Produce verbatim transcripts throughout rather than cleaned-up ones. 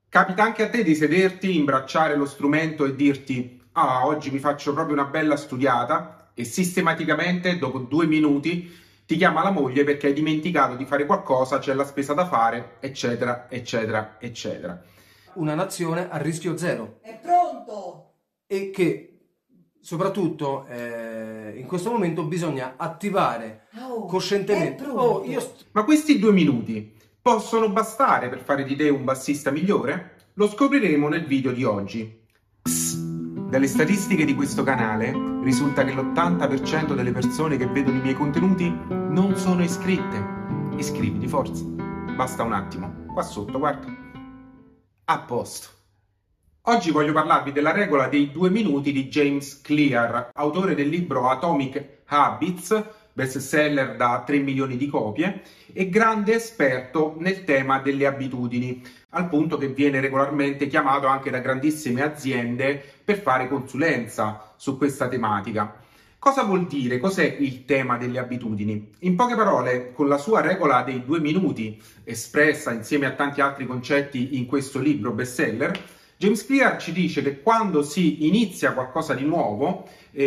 Capita anche a te di sederti, imbracciare lo strumento e dirti «Ah, oggi mi faccio proprio una bella studiata» e sistematicamente, dopo due minuti, ti chiama la moglie perché hai dimenticato di fare qualcosa, c'è la spesa da fare, eccetera, eccetera, eccetera. Una nazione a rischio zero. È pronto! E che, soprattutto, eh, in questo momento bisogna attivare Oh, coscientemente... è pronto. Oh, io st- Ma questi due minuti possono bastare per fare di te un bassista migliore? Lo scopriremo nel video di oggi. Psst. Dalle statistiche di questo canale risulta che l'ottanta per cento delle persone che vedono i miei contenuti non sono iscritte. Iscriviti, forza. Basta un attimo. Qua sotto, guarda. A posto. Oggi voglio parlarvi della regola dei due minuti di James Clear, autore del libro Atomic Habits, bestseller da tre milioni di copie, e grande esperto nel tema delle abitudini, al punto che viene regolarmente chiamato anche da grandissime aziende per fare consulenza su questa tematica. Cosa vuol dire? Cos'è il tema delle abitudini? In poche parole, con la sua regola dei due minuti, espressa insieme a tanti altri concetti in questo libro bestseller, James Clear ci dice che quando si inizia qualcosa di nuovo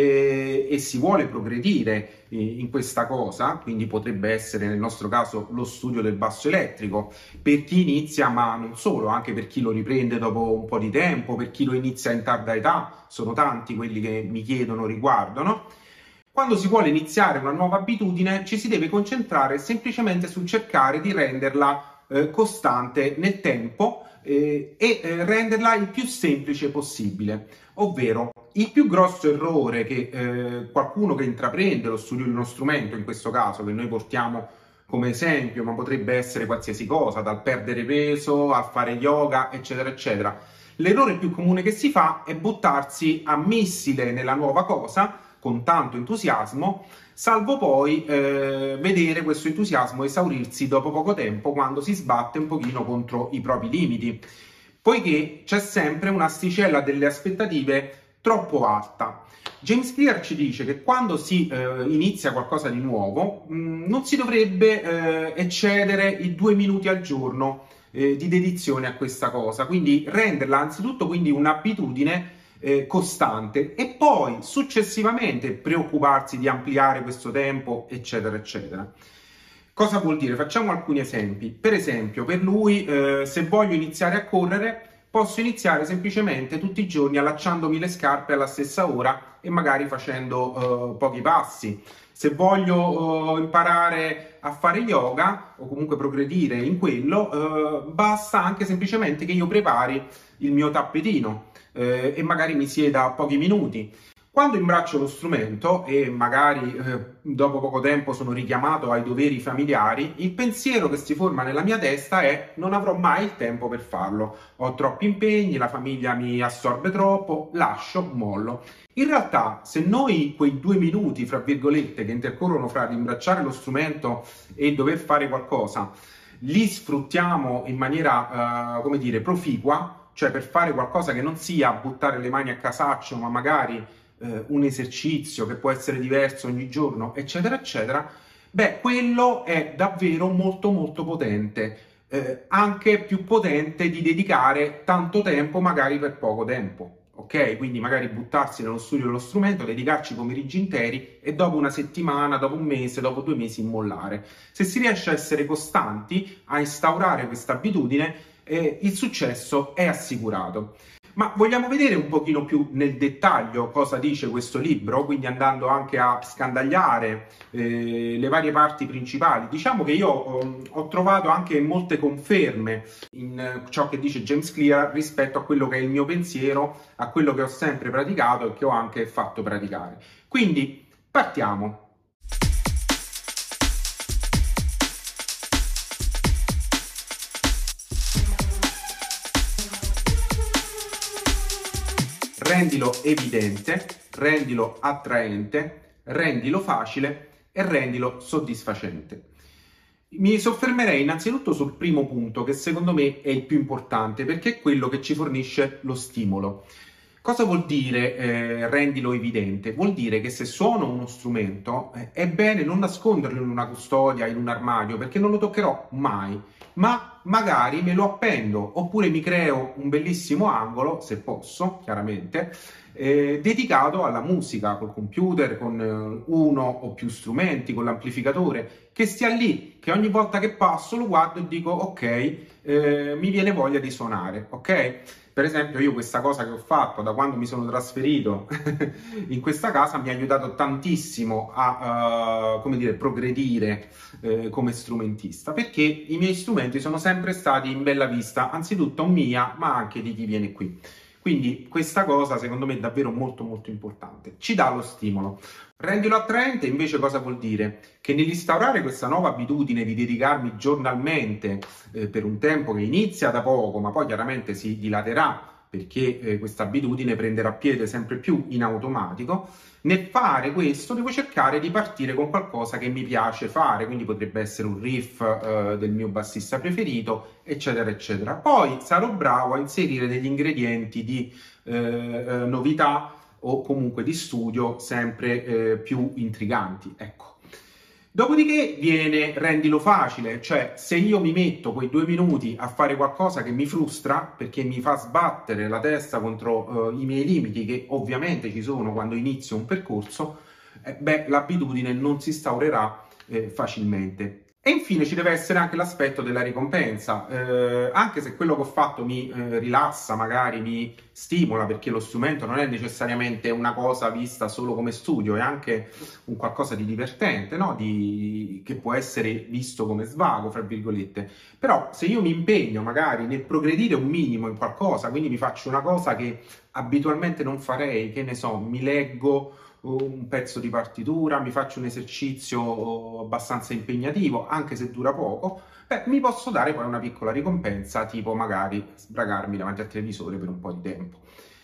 eh, e si vuole progredire eh, in questa cosa, quindi potrebbe essere nel nostro caso lo studio del basso elettrico, per chi inizia, ma non solo, anche per chi lo riprende dopo un po' di tempo, per chi lo inizia in tarda età, sono tanti quelli che mi chiedono riguardo, no? Quando si vuole iniziare una nuova abitudine ci si deve concentrare semplicemente sul cercare di renderla eh, costante nel tempo eh, e eh, renderla il più semplice possibile, ovvero il più grosso errore che eh, qualcuno che intraprende lo studio di uno strumento, in questo caso che noi portiamo come esempio, ma potrebbe essere qualsiasi cosa, dal perdere peso a fare yoga, eccetera, eccetera. L'errore più comune che si fa è buttarsi a missile nella nuova cosa, con tanto entusiasmo, salvo poi eh, vedere questo entusiasmo esaurirsi dopo poco tempo quando si sbatte un pochino contro i propri limiti, poiché c'è sempre un'asticella delle aspettative troppo alta. James Clear ci dice che quando si eh, inizia qualcosa di nuovo mh, non si dovrebbe eh, eccedere i due minuti al giorno eh, di dedizione a questa cosa, quindi renderla anzitutto quindi un'abitudine Eh, costante e poi successivamente preoccuparsi di ampliare questo tempo, eccetera, eccetera. Cosa vuol dire? Facciamo alcuni esempi. Per esempio, per lui, eh, se voglio iniziare a correre, posso iniziare semplicemente tutti i giorni allacciandomi le scarpe alla stessa ora e magari facendo eh, pochi passi. Se voglio eh, imparare a fare yoga o comunque progredire in quello, eh, basta anche semplicemente che io prepari il mio tappetino eh, e magari mi sieda pochi minuti. Quando imbraccio lo strumento e magari eh, dopo poco tempo sono richiamato ai doveri familiari, il pensiero che si forma nella mia testa è: non avrò mai il tempo per farlo, ho troppi impegni, la famiglia mi assorbe troppo, lascio, mollo. In realtà, se noi quei due minuti, fra virgolette, che intercorrono fra rimbracciare lo strumento e il dover fare qualcosa, li sfruttiamo in maniera, uh, come dire, proficua, cioè per fare qualcosa che non sia buttare le mani a casaccio, ma magari uh, un esercizio che può essere diverso ogni giorno, eccetera, eccetera, beh, quello è davvero molto, molto potente. Eh, anche più potente di dedicare tanto tempo magari per poco tempo. Ok? Quindi magari buttarsi nello studio dello strumento, dedicarci pomeriggi interi e dopo una settimana, dopo un mese, dopo due mesi mollare. Se si riesce a essere costanti, a instaurare questa abitudine, eh, il successo è assicurato. Ma vogliamo vedere un pochino più nel dettaglio cosa dice questo libro, quindi andando anche a scandagliare eh, le varie parti principali. Diciamo che io ho, ho trovato anche molte conferme in ciò che dice James Clear rispetto a quello che è il mio pensiero, a quello che ho sempre praticato e che ho anche fatto praticare. Quindi partiamo. Rendilo evidente, rendilo attraente, rendilo facile e rendilo soddisfacente. Mi soffermerei innanzitutto sul primo punto, che secondo me è il più importante, perché è quello che ci fornisce lo stimolo. Cosa vuol dire eh, rendilo evidente? Vuol dire che se suono uno strumento eh, è bene non nasconderlo in una custodia, in un armadio, perché non lo toccherò mai, ma magari me lo appendo oppure mi creo un bellissimo angolo, se posso, chiaramente, eh, dedicato alla musica, col computer, con eh, uno o più strumenti, con l'amplificatore, che stia lì, che ogni volta che passo lo guardo e dico ok, eh, mi viene voglia di suonare, ok? Per esempio io questa cosa che ho fatto da quando mi sono trasferito in questa casa mi ha aiutato tantissimo a, uh, come dire, progredire uh, come strumentista, perché i miei strumenti sono sempre stati in bella vista, anzitutto mia, ma anche di chi viene qui. Quindi questa cosa secondo me è davvero molto molto importante, ci dà lo stimolo. Rendilo attraente invece cosa vuol dire? Che nell'instaurare questa nuova abitudine di dedicarmi giornalmente eh, per un tempo che inizia da poco, ma poi chiaramente si dilaterà perché eh, questa abitudine prenderà piede sempre più in automatico, nel fare questo devo cercare di partire con qualcosa che mi piace fare, quindi potrebbe essere un riff eh, del mio bassista preferito, eccetera, eccetera. Poi sarò bravo a inserire degli ingredienti di eh, eh, novità o comunque di studio sempre eh, più intriganti, ecco. Dopodiché viene rendilo facile, cioè se io mi metto quei due minuti a fare qualcosa che mi frustra, perché mi fa sbattere la testa contro eh, i miei limiti, che ovviamente ci sono quando inizio un percorso, eh, beh, l'abitudine non si instaurerà eh, facilmente. E infine ci deve essere anche l'aspetto della ricompensa, eh, anche se quello che ho fatto mi eh, rilassa, magari mi stimola, perché lo strumento non è necessariamente una cosa vista solo come studio, è anche un qualcosa di divertente, no? Di... che può essere visto come svago, fra virgolette. Però se io mi impegno magari nel progredire un minimo in qualcosa, quindi mi faccio una cosa che abitualmente non farei, che ne so, mi leggo un pezzo di partitura, mi faccio un esercizio abbastanza impegnativo, anche se dura poco, beh, mi posso dare poi una piccola ricompensa, tipo magari sbragarmi davanti al televisore per un po' di tempo.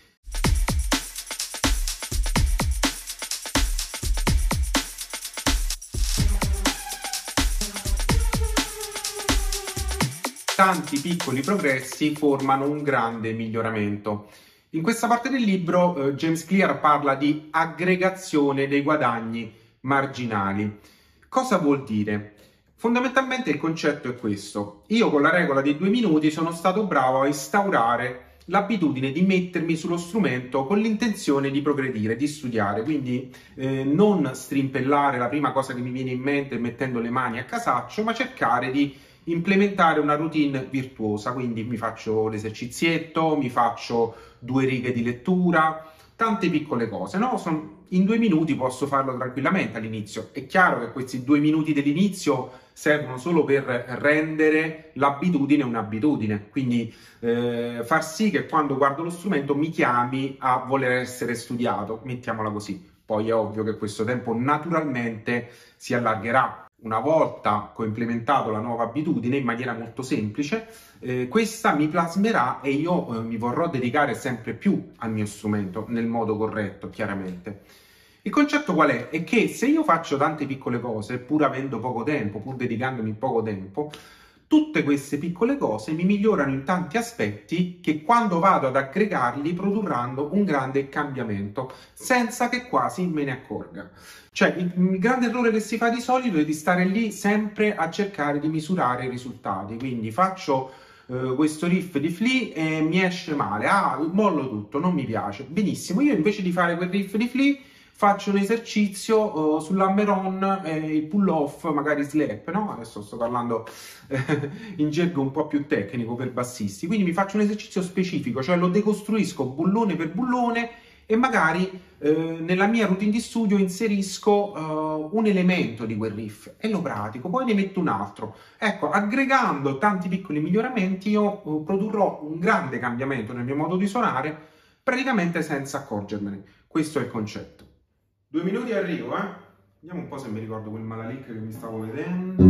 Tanti piccoli progressi formano un grande miglioramento. In questa parte del libro eh, James Clear parla di aggregazione dei guadagni marginali. Cosa vuol dire? Fondamentalmente il concetto è questo. Io con la regola dei due minuti sono stato bravo a instaurare l'abitudine di mettermi sullo strumento con l'intenzione di progredire, di studiare, quindi eh, non strimpellare la prima cosa che mi viene in mente mettendo le mani a casaccio, ma cercare di implementare una routine virtuosa, quindi mi faccio l'esercizietto, mi faccio due righe di lettura, tante piccole cose, no? Son, in due minuti posso farlo tranquillamente all'inizio. È chiaro che questi due minuti dell'inizio servono solo per rendere l'abitudine un'abitudine, quindi eh, far sì che quando guardo lo strumento mi chiami a voler essere studiato, mettiamola così. Poi è ovvio che questo tempo naturalmente si allargherà. Una volta che ho implementato la nuova abitudine in maniera molto semplice, eh, questa mi plasmerà e io eh, mi vorrò dedicare sempre più al mio strumento nel modo corretto, chiaramente. Il concetto qual è? È che se io faccio tante piccole cose, pur avendo poco tempo, pur dedicandomi poco tempo, tutte queste piccole cose mi migliorano in tanti aspetti che quando vado ad aggregarli produrranno un grande cambiamento, senza che quasi me ne accorga. Cioè, il, il grande errore che si fa di solito è di stare lì sempre a cercare di misurare i risultati. Quindi faccio eh, questo riff di Flea e mi esce male, ah, mollo tutto, non mi piace. Benissimo, io invece di fare quel riff di Flea faccio un esercizio uh, sull'hammer-on, eh, il pull-off, magari slap, no? Adesso sto parlando eh, in gergo un po' più tecnico per bassisti. Quindi mi faccio un esercizio specifico, cioè lo decostruisco bullone per bullone e magari eh, nella mia routine di studio inserisco uh, un elemento di quel riff e lo pratico, poi ne metto un altro. Ecco, aggregando tanti piccoli miglioramenti io uh, produrrò un grande cambiamento nel mio modo di suonare, praticamente senza accorgermene. Questo è il concetto. Due minuti e arrivo, eh? Vediamo un po' se mi ricordo quel Malalik che mi stavo vedendo.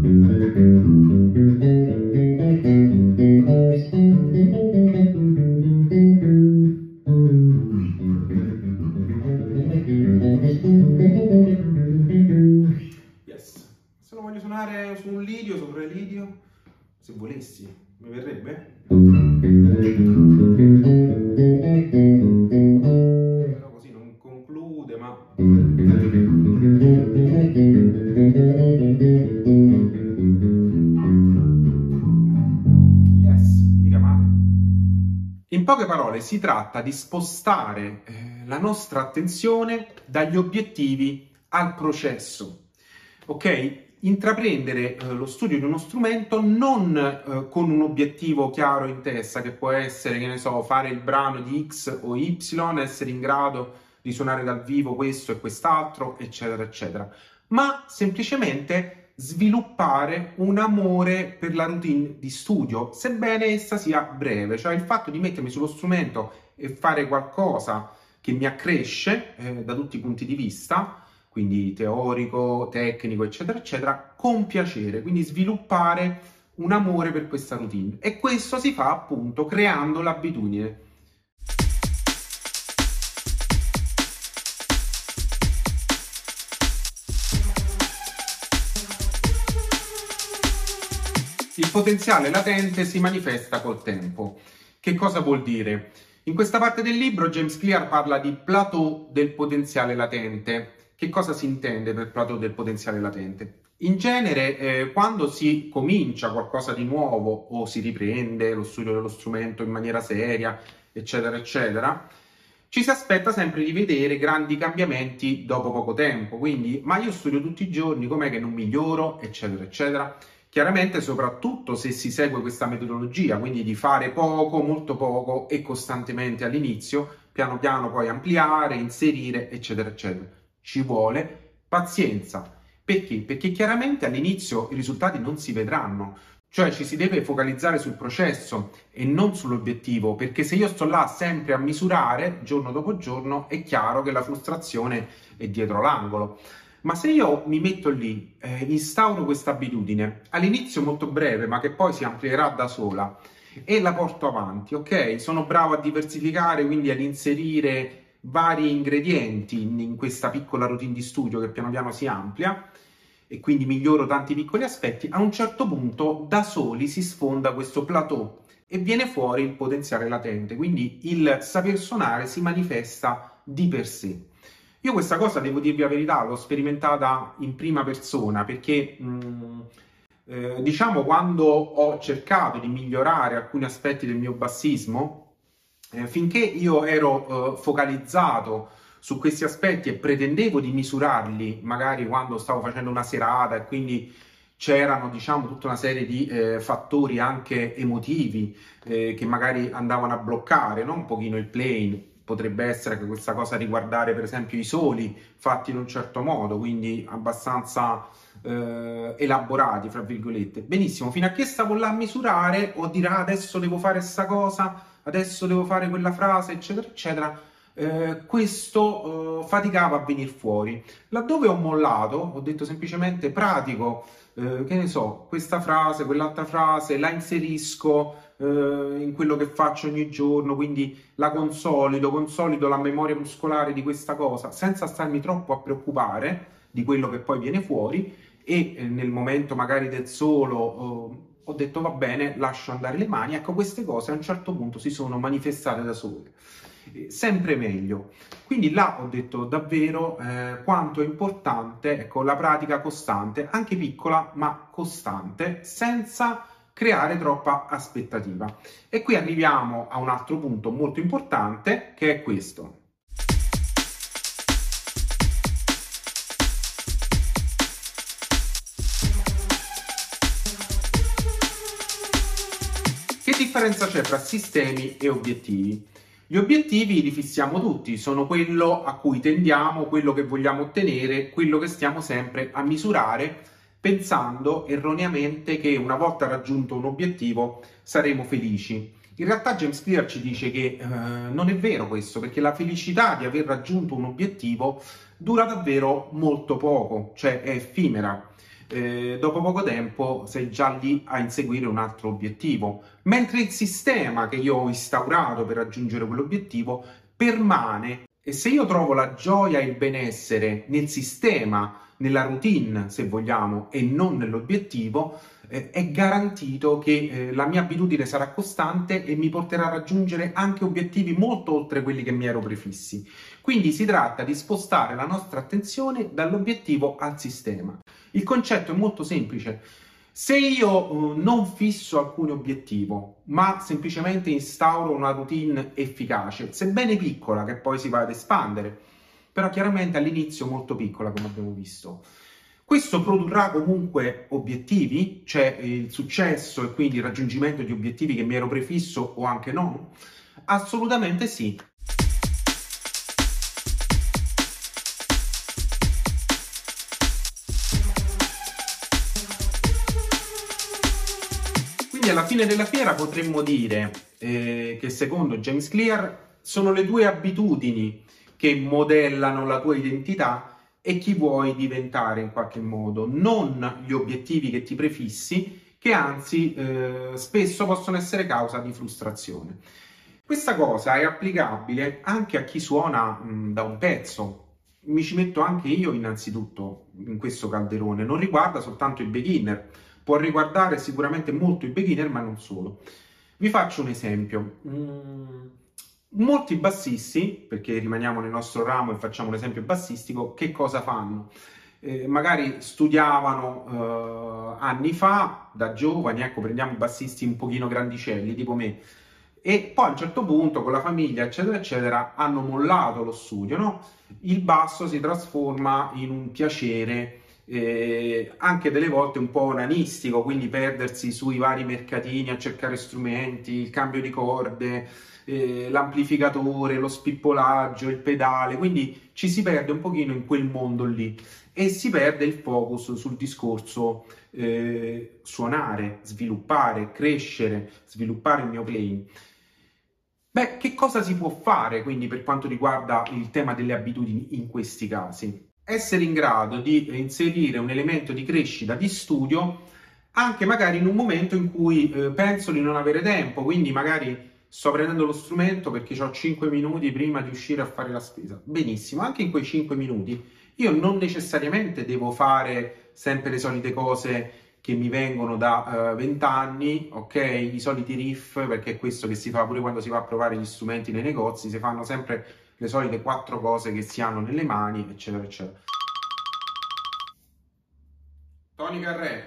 Yes. Se lo voglio suonare su un lidio, sopra il lidio, se volessi, mi verrebbe? poche parole, si tratta di spostare eh, la nostra attenzione dagli obiettivi al processo, ok? Intraprendere eh, lo studio di uno strumento non eh, con un obiettivo chiaro in testa, che può essere, che ne so, fare il brano di X o Y, essere in grado di suonare dal vivo questo e quest'altro, eccetera, eccetera, ma semplicemente sviluppare un amore per la routine di studio, sebbene essa sia breve, cioè il fatto di mettermi sullo strumento e fare qualcosa che mi accresce eh, da tutti i punti di vista, quindi teorico, tecnico, eccetera, eccetera, con piacere, quindi sviluppare un amore per questa routine. E questo si fa appunto creando l'abitudine. Il potenziale latente si manifesta col tempo. Che cosa vuol dire? In questa parte del libro James Clear parla di plateau del potenziale latente. Che cosa si intende per plateau del potenziale latente? In genere, eh, quando si comincia qualcosa di nuovo o si riprende lo studio dello strumento in maniera seria, eccetera, eccetera, ci si aspetta sempre di vedere grandi cambiamenti dopo poco tempo. Quindi, ma io studio tutti i giorni, com'è che non miglioro, eccetera, eccetera. Chiaramente, soprattutto se si segue questa metodologia, quindi di fare poco, molto poco e costantemente all'inizio, piano piano poi ampliare, inserire, eccetera, eccetera. Ci vuole pazienza. Perché? Perché chiaramente all'inizio i risultati non si vedranno, cioè ci si deve focalizzare sul processo e non sull'obiettivo, perché se io sto là sempre a misurare giorno dopo giorno, è chiaro che la frustrazione è dietro l'angolo. Ma se io mi metto lì, eh, instauro questa abitudine, all'inizio molto breve, ma che poi si amplierà da sola, e la porto avanti, ok? Sono bravo a diversificare, quindi ad inserire vari ingredienti in, in questa piccola routine di studio che piano piano si amplia, e quindi miglioro tanti piccoli aspetti. A un certo punto da soli si sfonda questo plateau e viene fuori il potenziale latente, quindi il saper suonare si manifesta di per sé. Io questa cosa, devo dirvi la verità, l'ho sperimentata in prima persona, perché mh, eh, diciamo quando ho cercato di migliorare alcuni aspetti del mio bassismo, eh, finché io ero eh, focalizzato su questi aspetti e pretendevo di misurarli, magari quando stavo facendo una serata, e quindi c'erano, diciamo, tutta una serie di eh, fattori anche emotivi eh, che magari andavano a bloccare, no? Un pochino il playing. Potrebbe essere che questa cosa riguardare per esempio i soli fatti in un certo modo, quindi abbastanza eh, elaborati, fra virgolette. Benissimo, fino a che stavo là a misurare o dire ah, adesso devo fare questa cosa, adesso devo fare quella frase, eccetera, eccetera, eh, questo eh, faticava a venire fuori. Laddove ho mollato, ho detto semplicemente pratico, eh, che ne so, questa frase, quell'altra frase, la inserisco in quello che faccio ogni giorno, quindi la consolido, consolido la memoria muscolare di questa cosa senza starmi troppo a preoccupare di quello che poi viene fuori, e eh, nel momento magari del solo eh, ho detto va bene, lascio andare le mani. Ecco, queste cose a un certo punto si sono manifestate da sole, eh, sempre meglio. Quindi là ho detto davvero eh, quanto è importante, ecco, la pratica costante, anche piccola ma costante, senza creare troppa aspettativa. E qui arriviamo a un altro punto molto importante, che è questo. Che differenza c'è tra sistemi e obiettivi? Gli obiettivi li fissiamo tutti, sono quello a cui tendiamo, quello che vogliamo ottenere, quello che stiamo sempre a misurare, pensando erroneamente che una volta raggiunto un obiettivo saremo felici. In realtà James Clear ci dice che eh, non è vero questo, perché la felicità di aver raggiunto un obiettivo dura davvero molto poco, cioè è effimera. Eh, dopo poco tempo sei già lì a inseguire un altro obiettivo, mentre il sistema che io ho instaurato per raggiungere quell'obiettivo permane, e se io trovo la gioia e il benessere nel sistema, nella routine, se vogliamo, e non nell'obiettivo, eh, è garantito che eh, la mia abitudine sarà costante e mi porterà a raggiungere anche obiettivi molto oltre quelli che mi ero prefissi. Quindi si tratta di spostare la nostra attenzione dall'obiettivo al sistema. Il concetto è molto semplice. Se io eh, non fisso alcun obiettivo, ma semplicemente instauro una routine efficace, sebbene piccola, che poi si va ad espandere, però chiaramente all'inizio molto piccola, come abbiamo visto, questo produrrà comunque obiettivi, cioè il successo e quindi il raggiungimento di obiettivi che mi ero prefisso o anche no? Assolutamente sì. Quindi alla fine della fiera potremmo dire eh, che secondo James Clear sono le due abitudini che modellano la tua identità e chi vuoi diventare in qualche modo, non gli obiettivi che ti prefissi, che anzi eh, spesso possono essere causa di frustrazione. Questa cosa è applicabile anche a chi suona mh, da un pezzo. Mi ci metto anche io innanzitutto in questo calderone, non riguarda soltanto i beginner, può riguardare sicuramente molto i beginner, ma non solo. Vi faccio un esempio. Mm, molti bassisti, perché rimaniamo nel nostro ramo e facciamo un esempio bassistico, che cosa fanno? Eh, magari studiavano eh, anni fa, da giovani, ecco, prendiamo bassisti un pochino grandicelli, tipo me, e poi a un certo punto con la famiglia eccetera eccetera hanno mollato lo studio, no? Il basso si trasforma in un piacere eh, anche delle volte un po' onanistico, quindi perdersi sui vari mercatini a cercare strumenti, il cambio di corde, eh, l'amplificatore, lo spippolaggio, il pedale, quindi ci si perde un pochino in quel mondo lì e si perde il focus sul discorso eh, suonare, sviluppare, crescere, sviluppare il mio playing. Beh, che cosa si può fare quindi per quanto riguarda il tema delle abitudini in questi casi? Essere in grado di inserire un elemento di crescita, di studio, anche magari in un momento in cui eh, penso di non avere tempo, quindi magari sto prendendo lo strumento perché ho cinque minuti prima di uscire a fare la spesa. Benissimo, anche in quei cinque minuti io non necessariamente devo fare sempre le solite cose che mi vengono da venti uh, anni, ok? I soliti riff, perché è questo che si fa pure quando si va a provare gli strumenti nei negozi, si fanno sempre le solite quattro cose che si hanno nelle mani, eccetera, eccetera. Tony Carré.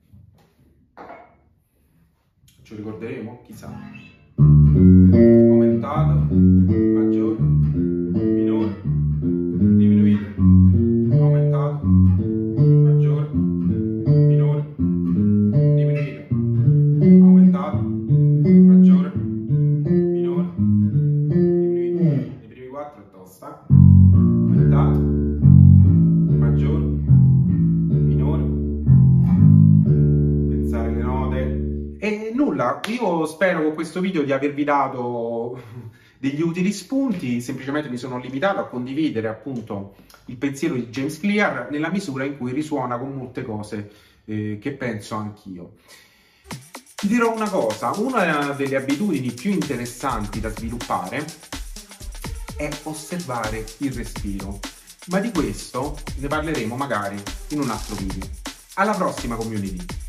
Ci ricorderemo? Chissà. Aumentato, maggiore, minore, diminuito, aumentato, maggiore, minore, diminuito, aumentato, maggiore, minore, diminuito. I primi quattro è tosta. Aumentato, maggiore, minore, pensare le note. E nulla, io spero con questo video di avervi dato degli utili spunti, semplicemente mi sono limitato a condividere appunto il pensiero di James Clear nella misura in cui risuona con molte cose eh, che penso anch'io. Ti dirò una cosa, una delle abitudini più interessanti da sviluppare è osservare il respiro, ma di questo ne parleremo magari in un altro video. Alla prossima community!